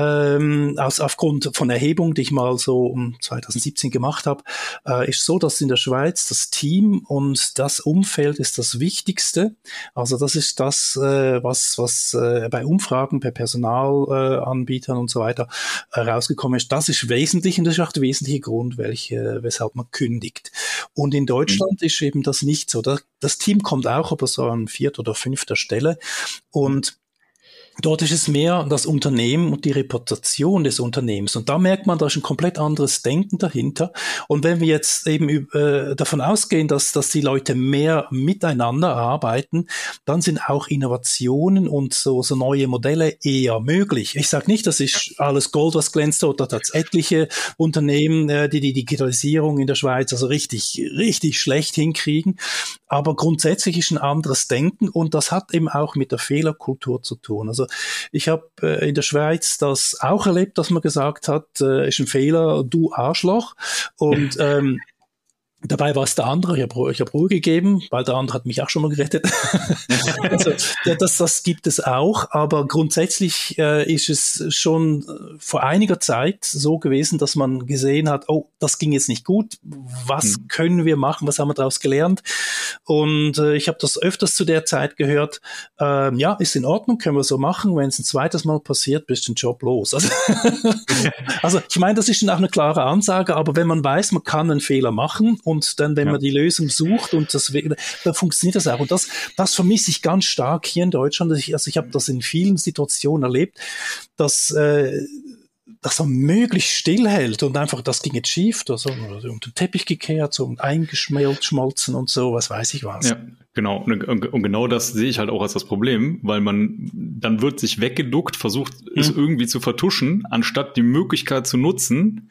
ähm, aus, aufgrund von Erhebungen, die ich mal so um zwanzig siebzehn gemacht habe, äh, ist so, dass in der Schweiz das Team und das Umfeld ist das Wichtigste. Also das ist das, äh, was, was äh, bei Umfragen, bei Personalanbietern äh, und so weiter rausgekommen ist. Das ist wesentlich und das ist auch der wesentliche Grund, welche, weshalb man kündigt. Und in Deutschland mhm. ist eben das nicht so. Das Team kommt auch, aber so an vierter oder fünfter Stelle. Und dort ist es mehr das Unternehmen und die Reputation des Unternehmens. Und da merkt man, da ist ein komplett anderes Denken dahinter. Und wenn wir jetzt eben äh, davon ausgehen, dass, dass die Leute mehr miteinander arbeiten, dann sind auch Innovationen und so, so neue Modelle eher möglich. Ich sage nicht, das ist alles Gold, was glänzt. Dort hat es etliche Unternehmen, äh, die die Digitalisierung in der Schweiz also richtig, richtig schlecht hinkriegen. Aber grundsätzlich ist ein anderes Denken und das hat eben auch mit der Fehlerkultur zu tun. Also ich habe äh, in der Schweiz das auch erlebt, dass man gesagt hat, äh, ist ein Fehler, du Arschloch. Und ähm, dabei war es der andere, ich habe ich hab Ruhe gegeben, weil der andere hat mich auch schon mal gerettet. Also, das, das gibt es auch, aber grundsätzlich äh, ist es schon vor einiger Zeit so gewesen, dass man gesehen hat, oh, das ging jetzt nicht gut, was hm. können wir machen, was haben wir daraus gelernt? Und äh, ich habe das öfters zu der Zeit gehört, äh, ja, ist in Ordnung, können wir so machen, wenn es ein zweites Mal passiert, bist du den Job los. Also, also ich meine, das ist schon auch eine klare Ansage, aber wenn man weiß, man kann einen Fehler machen und dann, wenn ja. man die Lösung sucht und das, dann funktioniert das auch. Und das, das vermisse ich ganz stark hier in Deutschland. Also ich, also ich habe das in vielen Situationen erlebt, dass äh, dass er möglichst stillhält und einfach, das ging jetzt schief, also unter den Teppich gekehrt, so eingeschmolzen und so, was weiß ich was. Ja, genau. Und, und genau das sehe ich halt auch als das Problem, weil man, dann wird sich weggeduckt, versucht es hm. irgendwie zu vertuschen, anstatt die Möglichkeit zu nutzen,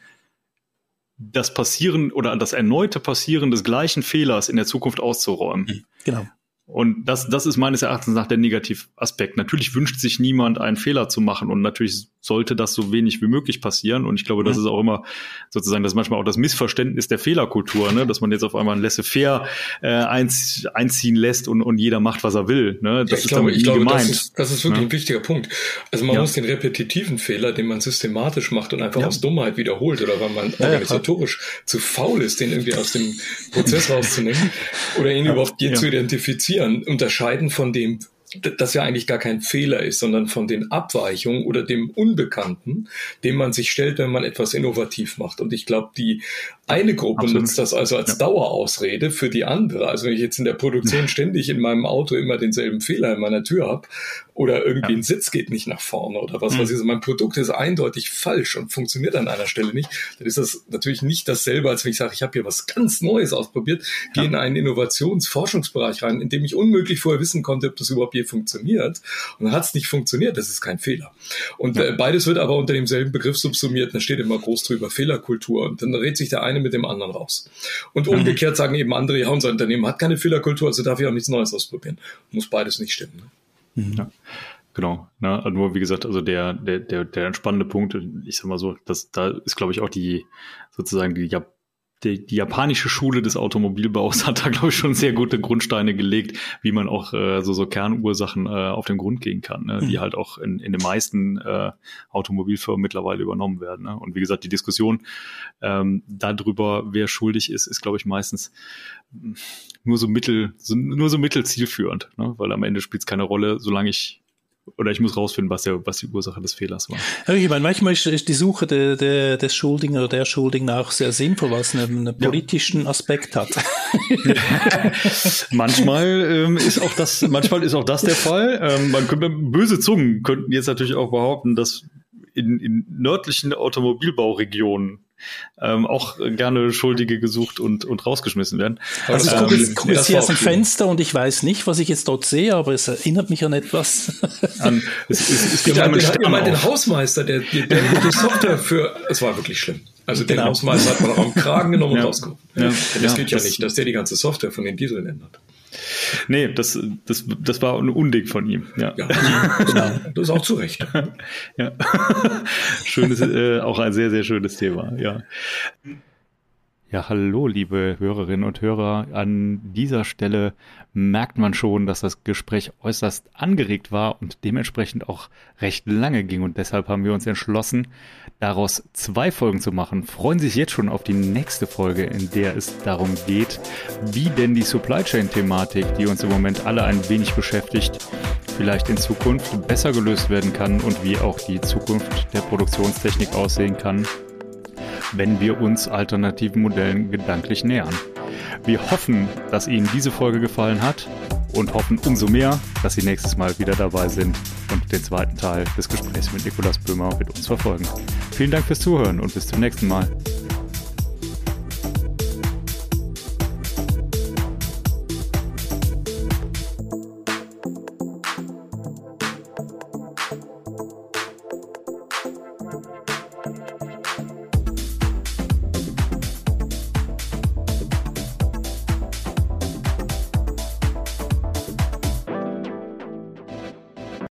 das Passieren oder das erneute Passieren des gleichen Fehlers in der Zukunft auszuräumen. Genau. Und das, das ist meines Erachtens nach der Negativaspekt. Natürlich wünscht sich niemand, einen Fehler zu machen und natürlich sollte das so wenig wie möglich passieren. Und ich glaube, das ist auch immer sozusagen, das ist manchmal auch das Missverständnis der Fehlerkultur, ne? Dass man jetzt auf einmal ein Laissez-faire äh, einz, einziehen lässt und, und jeder macht, was er will. Ne? Das ja, ist ich glaube, damit ich glaube gemeint. das, ist, das ist wirklich ja. ein wichtiger Punkt. Also man ja. muss den repetitiven Fehler, den man systematisch macht und einfach ja. aus Dummheit wiederholt oder weil man ja, organisatorisch ja, zu faul ist, den irgendwie aus dem Prozess rauszunehmen oder ihn ja. überhaupt je ja. zu identifizieren, unterscheiden von dem, das ja eigentlich gar kein Fehler ist, sondern von den Abweichungen oder dem Unbekannten, dem man sich stellt, wenn man etwas innovativ macht. Und ich glaube, die eine Gruppe Absolut. nutzt das also als ja. Dauerausrede für die andere. Also wenn ich jetzt in der Produktion ständig in meinem Auto immer denselben Fehler in meiner Tür habe oder irgendwie ja. ein Sitz geht nicht nach vorne oder was mhm. weiß ich, also mein Produkt ist eindeutig falsch und funktioniert an einer Stelle nicht, dann ist das natürlich nicht dasselbe, als wenn ich sage, ich habe hier was ganz Neues ausprobiert, ja. gehe in einen Innovationsforschungsbereich rein, in dem ich unmöglich vorher wissen konnte, ob das überhaupt je funktioniert. Und dann hat es nicht funktioniert, das ist kein Fehler. Und ja. äh, beides wird aber unter demselben Begriff subsumiert, da steht immer groß drüber, Fehlerkultur. Und dann redet sich der eine mit dem anderen raus. Und mhm. umgekehrt sagen eben andere, ja, unser Unternehmen hat keine Fehlerkultur, also darf ich auch nichts Neues ausprobieren. Muss beides nicht stimmen. Ne? Mhm. Ja. Genau, ne? Nur wie gesagt, also der, der, der, der entspannende Punkt, ich sag mal so, dass da ist, glaube ich, auch die sozusagen die, die, die japanische Schule des Automobilbaus hat da, glaube ich, schon sehr gute Grundsteine gelegt, wie man auch äh, so, so Kernursachen äh, auf den Grund gehen kann, ne? Mhm. Die halt auch in, in den meisten äh, Automobilfirmen mittlerweile übernommen werden. Ne? Und wie gesagt, die Diskussion ähm, darüber, wer schuldig ist, ist, glaube ich, meistens nur so mittel, so, nur so mittelzielführend, ne? Weil am Ende spielt es keine Rolle, solange ich oder ich muss rausfinden, was, der, was die Ursache des Fehlers war. Ja, ich meine, manchmal ist, ist die Suche de, de, des Schuldigen oder der Schuldigen auch sehr sinnvoll, weil es einen, einen politischen ja. Aspekt hat. manchmal ähm, ist auch das, manchmal ist auch das der Fall. Ähm, man könnte, böse Zungen könnten jetzt natürlich auch behaupten, dass in, in nördlichen Automobilbauregionen ähm, auch gerne Schuldige gesucht und, und rausgeschmissen werden. Also ich ähm, gucke jetzt, guck jetzt hier aus dem Fenster und ich weiß nicht, was ich jetzt dort sehe, aber es erinnert mich an etwas. An, es, es, es gibt ja, den, mal den Hausmeister, der, der, der die Software für, es war wirklich schlimm. Also den genau. Hausmeister hat man auch am Kragen genommen ja. und rausgehoben. Ja. Das ja, geht ja das, nicht, dass der die ganze Software von den Dieseln ändert. Nee, das, das, das war ein Unding von ihm. Ja, ja genau. Das ist auch zu Recht. Ja. Schönes, äh, auch ein sehr, sehr schönes Thema, ja. Ja, hallo, liebe Hörerinnen und Hörer. An dieser Stelle merkt man schon, dass das Gespräch äußerst angeregt war und dementsprechend auch recht lange ging. Und deshalb haben wir uns entschlossen, daraus zwei Folgen zu machen. Freuen Sie sich jetzt schon auf die nächste Folge, in der es darum geht, wie denn die Supply Chain-Thematik, die uns im Moment alle ein wenig beschäftigt, vielleicht in Zukunft besser gelöst werden kann und wie auch die Zukunft der Produktionstechnik aussehen kann, wenn wir uns alternativen Modellen gedanklich nähern. Wir hoffen, dass Ihnen diese Folge gefallen hat und hoffen umso mehr, dass Sie nächstes Mal wieder dabei sind und den zweiten Teil des Gesprächs mit Nikolaus Böhmer mit uns verfolgen. Vielen Dank fürs Zuhören und bis zum nächsten Mal.